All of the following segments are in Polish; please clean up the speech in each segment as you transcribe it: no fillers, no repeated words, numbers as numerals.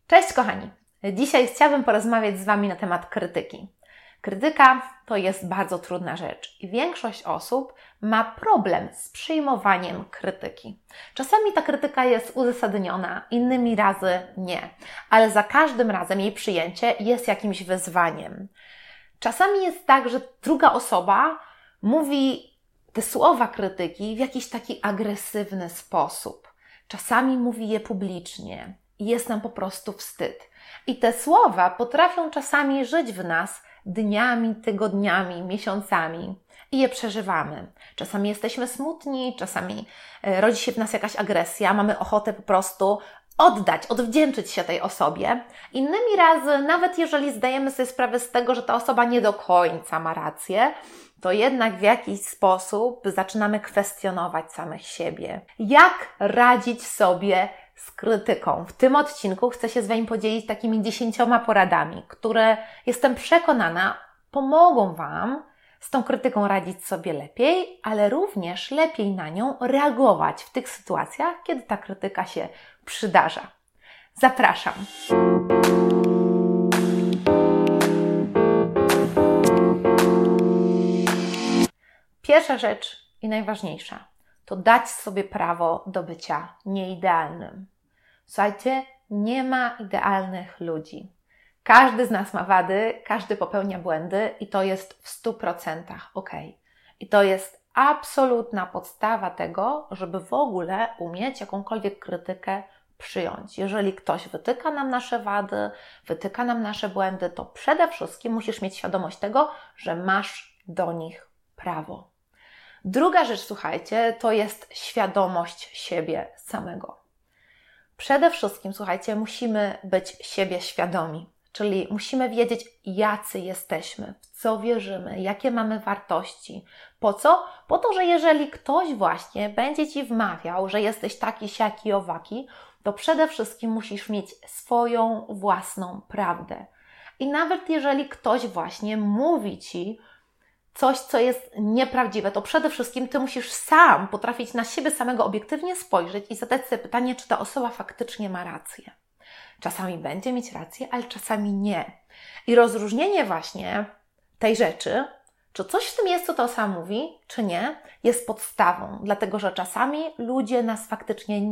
Cześć kochani! Dzisiaj chciałabym porozmawiać z Wami na temat krytyki. Krytyka to jest bardzo trudna rzecz i większość osób ma problem z przyjmowaniem krytyki. Czasami ta krytyka jest uzasadniona, innymi razy nie, ale za każdym razem jej przyjęcie jest jakimś wyzwaniem. Czasami jest tak, że druga osoba mówi te słowa krytyki w jakiś taki agresywny sposób. Czasami mówi je publicznie i jest nam po prostu wstyd. I te słowa potrafią czasami żyć w nas dniami, tygodniami, miesiącami i je przeżywamy. Czasami jesteśmy smutni, czasami rodzi się w nas jakaś agresja, mamy ochotę po prostu odwdzięczyć się tej osobie. Innymi razy, nawet jeżeli zdajemy sobie sprawę z tego, że ta osoba nie do końca ma rację, to jednak w jakiś sposób zaczynamy kwestionować samych siebie. Jak radzić sobie z krytyką? W tym odcinku chcę się z Wami podzielić takimi 10 poradami, które jestem przekonana pomogą Wam z tą krytyką radzić sobie lepiej, ale również lepiej na nią reagować w tych sytuacjach, kiedy ta krytyka się przydarza. Zapraszam! Pierwsza rzecz i najważniejsza to dać sobie prawo do bycia nieidealnym. Słuchajcie, nie ma idealnych ludzi. Każdy z nas ma wady, każdy popełnia błędy i to jest w 100% ok. I to jest absolutna podstawa tego, żeby w ogóle umieć jakąkolwiek krytykę przyjąć. Jeżeli ktoś wytyka nam nasze wady, wytyka nam nasze błędy, to przede wszystkim musisz mieć świadomość tego, że masz do nich prawo. Druga rzecz, słuchajcie, to jest świadomość siebie samego. Przede wszystkim, słuchajcie, musimy być siebie świadomi, czyli musimy wiedzieć, jacy jesteśmy, w co wierzymy, jakie mamy wartości. Po co? Po to, że jeżeli ktoś właśnie będzie Ci wmawiał, że jesteś taki, siaki, owaki, to przede wszystkim musisz mieć swoją własną prawdę. I nawet jeżeli ktoś właśnie mówi Ci coś, co jest nieprawdziwe, to przede wszystkim Ty musisz sam potrafić na siebie samego obiektywnie spojrzeć i zadać sobie pytanie, czy ta osoba faktycznie ma rację. Czasami będzie mieć rację, ale czasami nie. I rozróżnienie właśnie tej rzeczy, czy coś w tym jest, co ta osoba mówi, czy nie, jest podstawą. Dlatego, że czasami ludzie nas faktycznie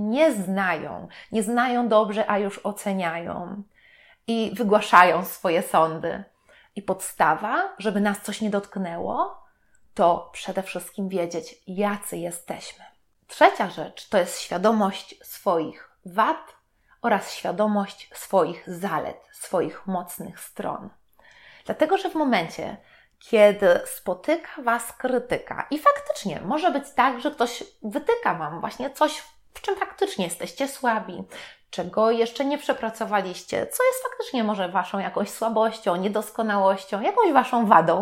nie znają dobrze, a już oceniają i wygłaszają swoje sądy. I podstawa, żeby nas coś nie dotknęło, to przede wszystkim wiedzieć, jacy jesteśmy. Trzecia rzecz to jest świadomość swoich wad oraz świadomość swoich zalet, swoich mocnych stron. Dlatego, że w momencie, kiedy spotyka Was krytyka i faktycznie może być tak, że ktoś wytyka Wam właśnie coś, w czym faktycznie jesteście słabi, czego jeszcze nie przepracowaliście, co jest faktycznie może Waszą jakąś słabością, niedoskonałością, jakąś Waszą wadą,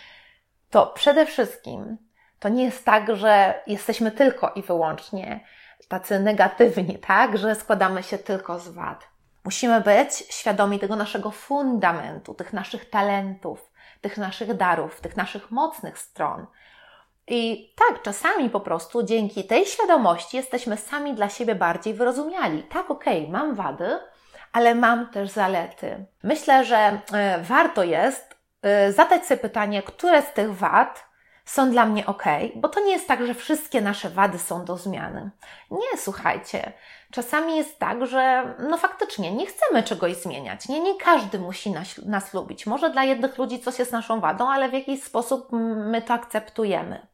to przede wszystkim to nie jest tak, że jesteśmy tylko i wyłącznie tacy negatywni, tak, że składamy się tylko z wad. Musimy być świadomi tego naszego fundamentu, tych naszych talentów, tych naszych darów, tych naszych mocnych stron. I tak, czasami po prostu dzięki tej świadomości jesteśmy sami dla siebie bardziej wyrozumiali. Tak, okej, mam wady, ale mam też zalety. Myślę, że warto jest zadać sobie pytanie, które z tych wad są dla mnie bo to nie jest tak, że wszystkie nasze wady są do zmiany. Nie, słuchajcie, czasami jest tak, że faktycznie nie chcemy czegoś zmieniać. Nie każdy musi nas lubić. Może dla jednych ludzi coś jest naszą wadą, ale w jakiś sposób my to akceptujemy.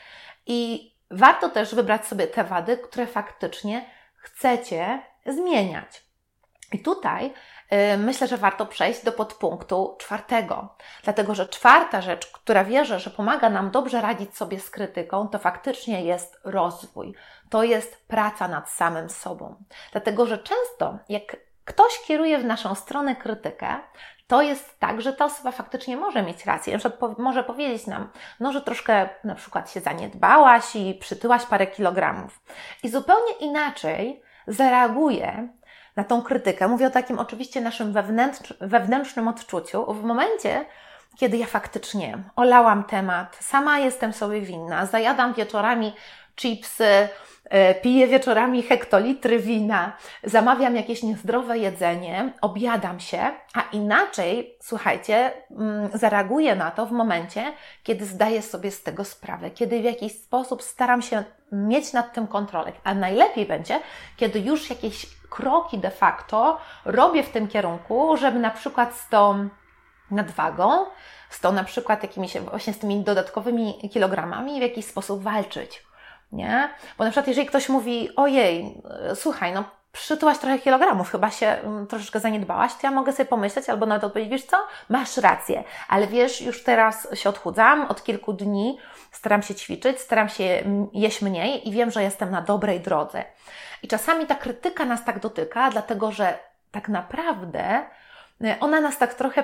I warto też wybrać sobie te wady, które faktycznie chcecie zmieniać. I tutaj myślę, że warto przejść do podpunktu 4. Dlatego, że 4. rzecz, która wierzę, że pomaga nam dobrze radzić sobie z krytyką, to faktycznie jest rozwój. To jest praca nad samym sobą. Dlatego, że często jak ktoś kieruje w naszą stronę krytykę, to jest tak, że ta osoba faktycznie może mieć rację. Na przykład może powiedzieć nam, że troszkę na przykład się zaniedbałaś i przytyłaś parę kilogramów. I zupełnie inaczej zareaguje na tą krytykę. Mówię o takim oczywiście naszym wewnętrznym odczuciu. W momencie, kiedy ja faktycznie olałam temat, sama jestem sobie winna, zajadam wieczorami chipsy, piję wieczorami hektolitry wina, zamawiam jakieś niezdrowe jedzenie, objadam się, a inaczej, słuchajcie, zareaguję na to w momencie, kiedy zdaję sobie z tego sprawę, kiedy w jakiś sposób staram się mieć nad tym kontrolę, a najlepiej będzie, kiedy już jakieś kroki de facto robię w tym kierunku, żeby na przykład z tą nadwagą, z tą na przykład jakimiś właśnie z tymi dodatkowymi kilogramami w jakiś sposób walczyć. Nie? Bo na przykład jeżeli ktoś mówi, ojej, słuchaj, no przytyłaś trochę kilogramów, chyba się troszeczkę zaniedbałaś, to ja mogę sobie pomyśleć albo nawet odpowiedzieć, wiesz co, masz rację, ale wiesz, już teraz się odchudzam, od kilku dni staram się ćwiczyć, staram się jeść mniej i wiem, że jestem na dobrej drodze. I czasami ta krytyka nas tak dotyka, dlatego że tak naprawdę ona nas tak trochę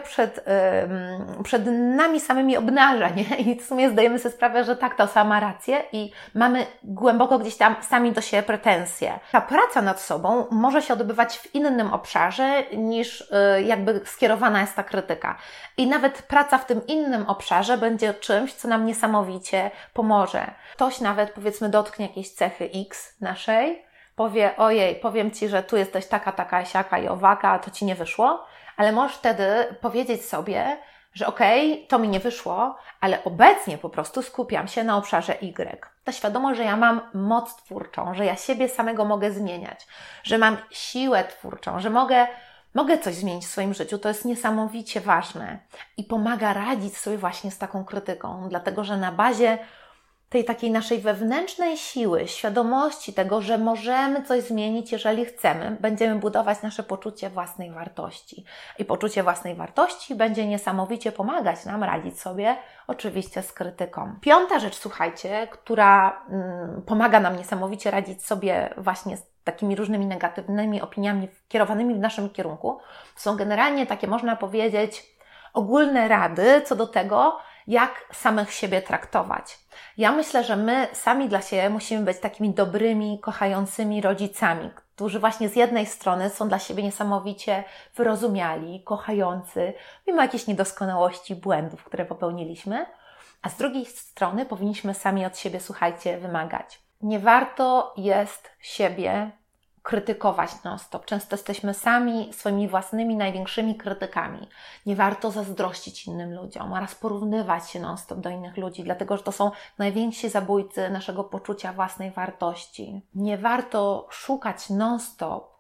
przed nami samymi obnaża, nie? I w sumie zdajemy sobie sprawę, że tak, ta osoba ma rację i mamy głęboko gdzieś tam sami do siebie pretensje. Ta praca nad sobą może się odbywać w innym obszarze niż jakby skierowana jest ta krytyka. I nawet praca w tym innym obszarze będzie czymś, co nam niesamowicie pomoże. Ktoś nawet, powiedzmy, dotknie jakiejś cechy X naszej, powie, ojej, powiem Ci, że tu jesteś taka, siaka i owaka, to Ci nie wyszło. Ale możesz wtedy powiedzieć sobie, że okej, to mi nie wyszło, ale obecnie po prostu skupiam się na obszarze Y. Ta świadomość, że ja mam moc twórczą, że ja siebie samego mogę zmieniać, że mam siłę twórczą, że mogę coś zmienić w swoim życiu, to jest niesamowicie ważne i pomaga radzić sobie właśnie z taką krytyką, dlatego że na bazie tej takiej naszej wewnętrznej siły, świadomości tego, że możemy coś zmienić, jeżeli chcemy, będziemy budować nasze poczucie własnej wartości. I poczucie własnej wartości będzie niesamowicie pomagać nam radzić sobie oczywiście z krytyką. Piąta rzecz, słuchajcie, która pomaga nam niesamowicie radzić sobie właśnie z takimi różnymi negatywnymi opiniami kierowanymi w naszym kierunku, są generalnie takie, można powiedzieć, ogólne rady co do tego, jak samych siebie traktować. Ja myślę, że my sami dla siebie musimy być takimi dobrymi, kochającymi rodzicami, którzy właśnie z jednej strony są dla siebie niesamowicie wyrozumiali, kochający, mimo jakichś niedoskonałości, błędów, które popełniliśmy, a z drugiej strony powinniśmy sami od siebie, słuchajcie, wymagać. Nie warto jest siebie krytykować non-stop. Często jesteśmy sami swoimi własnymi największymi krytykami. Nie warto zazdrościć innym ludziom oraz porównywać się non-stop do innych ludzi, dlatego że to są najwięksi zabójcy naszego poczucia własnej wartości. Nie warto szukać non-stop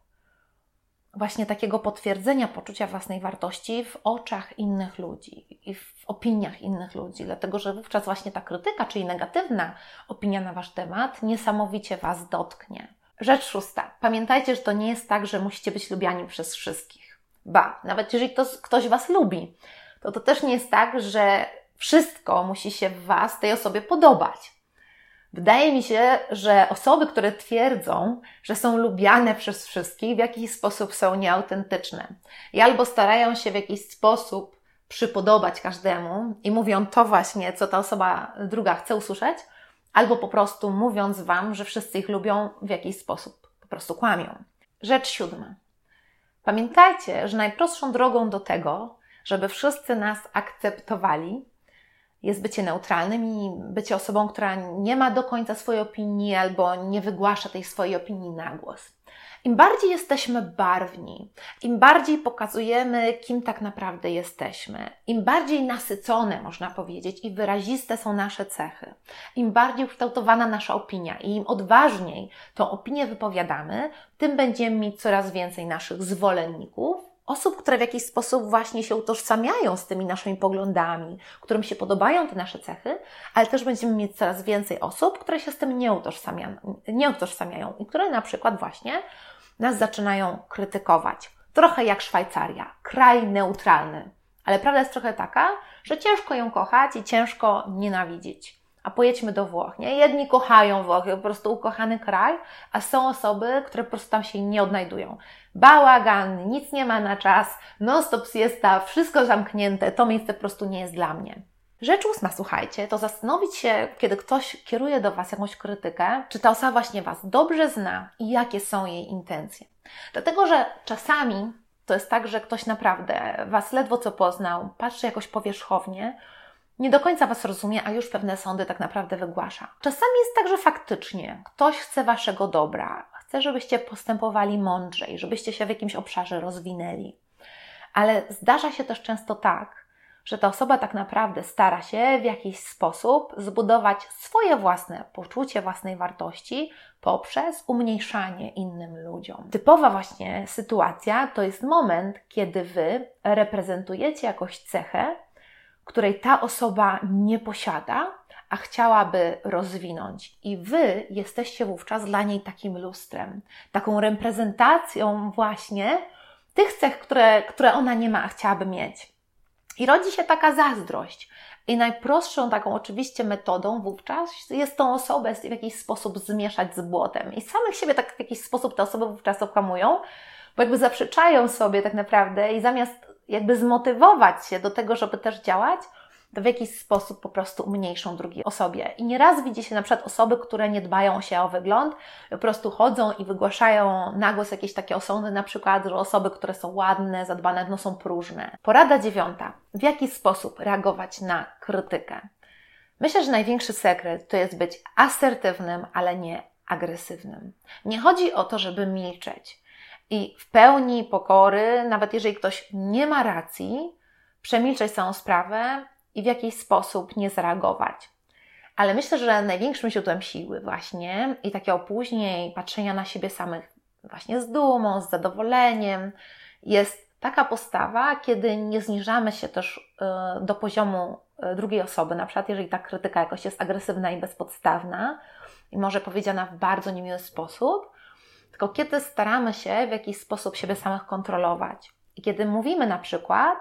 właśnie takiego potwierdzenia poczucia własnej wartości w oczach innych ludzi i w opiniach innych ludzi, dlatego że wówczas właśnie ta krytyka, czyli negatywna opinia na Wasz temat, niesamowicie Was dotknie. Rzecz szósta. Pamiętajcie, że to nie jest tak, że musicie być lubiani przez wszystkich. Ba, nawet jeżeli ktoś Was lubi, to też nie jest tak, że wszystko musi się w Was, tej osobie podobać. Wydaje mi się, że osoby, które twierdzą, że są lubiane przez wszystkich, w jakiś sposób są nieautentyczne. I albo starają się w jakiś sposób przypodobać każdemu i mówią to właśnie, co ta osoba druga chce usłyszeć, albo po prostu mówiąc Wam, że wszyscy ich lubią, w jakiś sposób po prostu kłamią. Rzecz siódma. Pamiętajcie, że najprostszą drogą do tego, żeby wszyscy nas akceptowali, jest bycie neutralnym i bycie osobą, która nie ma do końca swojej opinii albo nie wygłasza tej swojej opinii na głos. Im bardziej jesteśmy barwni, im bardziej pokazujemy, kim tak naprawdę jesteśmy, im bardziej nasycone, można powiedzieć, i wyraziste są nasze cechy, im bardziej ukształtowana nasza opinia i im odważniej tą opinię wypowiadamy, tym będziemy mieć coraz więcej naszych zwolenników, osób, które w jakiś sposób właśnie się utożsamiają z tymi naszymi poglądami, którym się podobają te nasze cechy, ale też będziemy mieć coraz więcej osób, które się z tym nie utożsamiają i które na przykład właśnie nas zaczynają krytykować. Trochę jak Szwajcaria, kraj neutralny. Ale prawda jest trochę taka, że ciężko ją kochać i ciężko nienawidzić. A pojedźmy do Włoch, nie? Jedni kochają Włochy, po prostu ukochany kraj, a są osoby, które po prostu tam się nie odnajdują. Bałagan, nic nie ma na czas, non-stop siesta, wszystko zamknięte, to miejsce po prostu nie jest dla mnie. Rzecz ósma, słuchajcie, to zastanowić się, kiedy ktoś kieruje do Was jakąś krytykę, czy ta osoba właśnie Was dobrze zna i jakie są jej intencje. Dlatego, że czasami to jest tak, że ktoś naprawdę Was ledwo co poznał, patrzy jakoś powierzchownie nie do końca Was rozumie, a już pewne sądy tak naprawdę wygłasza. Czasami jest tak, że faktycznie ktoś chce Waszego dobra, chce, żebyście postępowali mądrzej, żebyście się w jakimś obszarze rozwinęli. Ale zdarza się też często tak, że ta osoba tak naprawdę stara się w jakiś sposób zbudować swoje własne poczucie własnej wartości poprzez umniejszanie innym ludziom. Typowa właśnie sytuacja to jest moment, kiedy Wy reprezentujecie jakąś cechę, której ta osoba nie posiada, a chciałaby rozwinąć. I Wy jesteście wówczas dla niej takim lustrem, taką reprezentacją właśnie tych cech, które ona nie ma, a chciałaby mieć. I rodzi się taka zazdrość. I najprostszą taką oczywiście metodą wówczas jest tą osobę w jakiś sposób zmieszać z błotem. I samych siebie tak w jakiś sposób te osoby wówczas okłamują, bo jakby zaprzeczają sobie tak naprawdę i zamiast jakby zmotywować się do tego, żeby też działać, to w jakiś sposób po prostu umniejszą drugiej osobie. I nieraz widzi się na przykład osoby, które nie dbają się o wygląd, po prostu chodzą i wygłaszają na głos jakieś takie osądy, na przykład, że osoby, które są ładne, zadbane, no są próżne. Porada 9. W jaki sposób reagować na krytykę? Myślę, że największy sekret to jest być asertywnym, ale nie agresywnym. Nie chodzi o to, żeby milczeć i w pełni pokory, nawet jeżeli ktoś nie ma racji, przemilczeć całą sprawę i w jakiś sposób nie zareagować. Ale myślę, że największym źródłem siły właśnie i takiego później patrzenia na siebie samych właśnie z dumą, z zadowoleniem jest taka postawa, kiedy nie zniżamy się też do poziomu drugiej osoby, na przykład jeżeli ta krytyka jakoś jest agresywna i bezpodstawna i może powiedziana w bardzo niemiły sposób, tylko kiedy staramy się w jakiś sposób siebie samych kontrolować. I kiedy mówimy na przykład,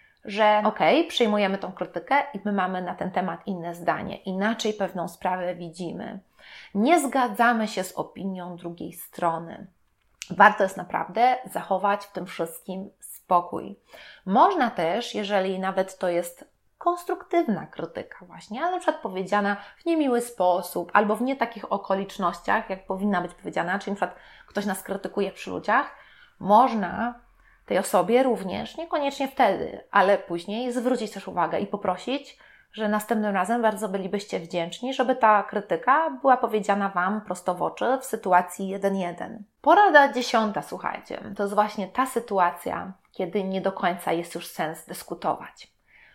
że okej, przyjmujemy tą krytykę i my mamy na ten temat inne zdanie, inaczej pewną sprawę widzimy. Nie zgadzamy się z opinią drugiej strony. Warto jest naprawdę zachować w tym wszystkim spokój. Można też, jeżeli nawet to jest konstruktywna krytyka właśnie, ale na przykład powiedziana w niemiły sposób albo w nie takich okolicznościach, jak powinna być powiedziana, czyli na przykład ktoś nas krytykuje przy ludziach, można tej osobie również, niekoniecznie wtedy, ale później zwrócić też uwagę i poprosić, że następnym razem bardzo bylibyście wdzięczni, żeby ta krytyka była powiedziana Wam prosto w oczy w sytuacji 1-1. Porada 10, słuchajcie, to jest właśnie ta sytuacja, kiedy nie do końca jest już sens dyskutować.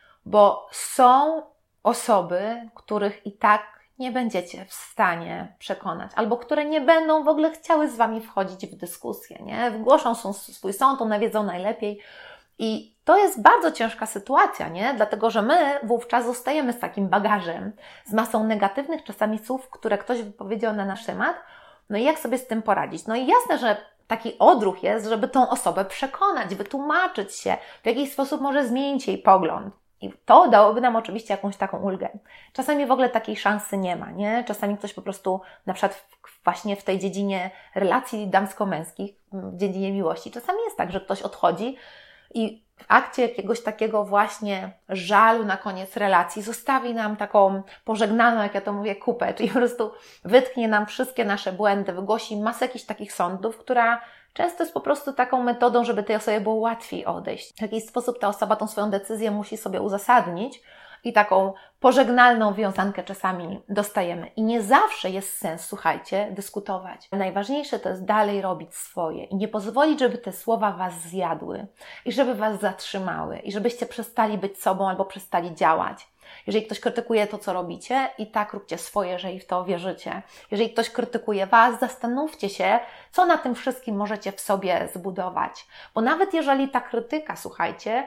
Bo są osoby, których i tak nie będziecie w stanie przekonać, albo które nie będą w ogóle chciały z Wami wchodzić w dyskusję, nie? Wygłoszą swój sąd, one wiedzą najlepiej. I to jest bardzo ciężka sytuacja, nie? Dlatego, że my wówczas zostajemy z takim bagażem, z masą negatywnych czasami słów, które ktoś wypowiedział na nasz temat. No i jak sobie z tym poradzić? No i jasne, że taki odruch jest, żeby tą osobę przekonać, wytłumaczyć się, w jakiś sposób może zmienić jej pogląd. I to dałoby nam oczywiście jakąś taką ulgę. Czasami w ogóle takiej szansy nie ma, nie? Czasami ktoś po prostu, na przykład właśnie w tej dziedzinie relacji damsko-męskich, w dziedzinie miłości, czasami jest tak, że ktoś odchodzi i w akcie jakiegoś takiego właśnie żalu na koniec relacji zostawi nam taką pożegnaną, jak ja to mówię, kupę, czyli po prostu wytknie nam wszystkie nasze błędy, wygłosi masę jakichś takich sądów, która często jest po prostu taką metodą, żeby tej osobie było łatwiej odejść. W jakiś sposób ta osoba tą swoją decyzję musi sobie uzasadnić i taką pożegnalną wiązankę czasami dostajemy. I nie zawsze jest sens, słuchajcie, dyskutować. Najważniejsze to jest dalej robić swoje i nie pozwolić, żeby te słowa Was zjadły i żeby Was zatrzymały i żebyście przestali być sobą albo przestali działać. Jeżeli ktoś krytykuje to, co robicie, i tak róbcie swoje, jeżeli w to wierzycie. Jeżeli ktoś krytykuje Was, zastanówcie się, co na tym wszystkim możecie w sobie zbudować. Bo nawet jeżeli ta krytyka, słuchajcie,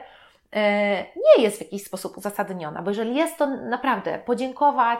nie jest w jakiś sposób uzasadniona, bo jeżeli jest, to naprawdę podziękować,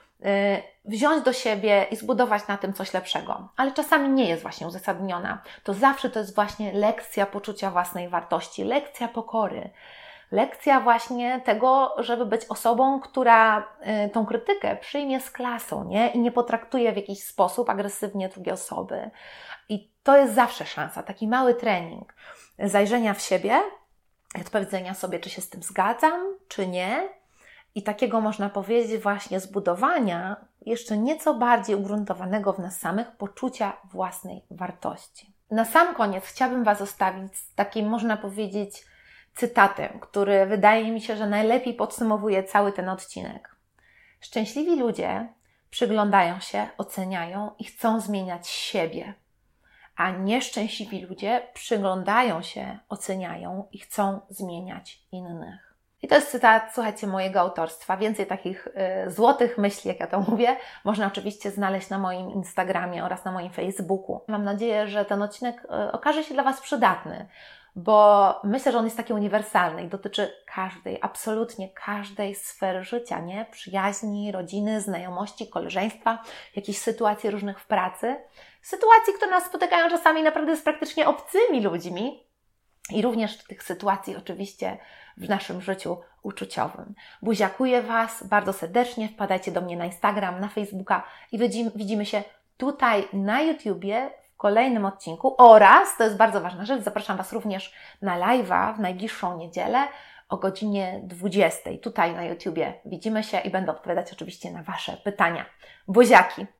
wziąć do siebie i zbudować na tym coś lepszego. Ale czasami nie jest właśnie uzasadniona. To zawsze to jest właśnie lekcja poczucia własnej wartości, lekcja pokory. Lekcja właśnie tego, żeby być osobą, która tą krytykę przyjmie z klasą, nie? I nie potraktuje w jakiś sposób agresywnie drugiej osoby. I to jest zawsze szansa, taki mały trening zajrzenia w siebie i odpowiedzenia sobie, czy się z tym zgadzam, czy nie. I takiego, można powiedzieć, właśnie zbudowania jeszcze nieco bardziej ugruntowanego w nas samych poczucia własnej wartości. Na sam koniec chciałabym Was zostawić z takim, można powiedzieć, cytatem, który wydaje mi się, że najlepiej podsumowuje cały ten odcinek. Szczęśliwi ludzie przyglądają się, oceniają i chcą zmieniać siebie, a nieszczęśliwi ludzie przyglądają się, oceniają i chcą zmieniać innych. I to jest cytat, słuchajcie, mojego autorstwa. Więcej takich złotych myśli, jak ja to mówię, można oczywiście znaleźć na moim Instagramie oraz na moim Facebooku. Mam nadzieję, że ten odcinek okaże się dla Was przydatny, bo myślę, że on jest taki uniwersalny i dotyczy każdej, absolutnie każdej sfery życia, nie? Przyjaźni, rodziny, znajomości, koleżeństwa, jakichś sytuacji różnych w pracy. Sytuacji, które nas spotykają czasami naprawdę z praktycznie obcymi ludźmi i również tych sytuacji oczywiście w naszym życiu uczuciowym. Buziakuję Was bardzo serdecznie, wpadajcie do mnie na Instagram, na Facebooka i widzimy się tutaj na YouTubie w kolejnym odcinku oraz, to jest bardzo ważna rzecz, zapraszam Was również na live'a w najbliższą niedzielę o godzinie 20. Tutaj na YouTubie widzimy się i będę odpowiadać oczywiście na Wasze pytania. Buziaki!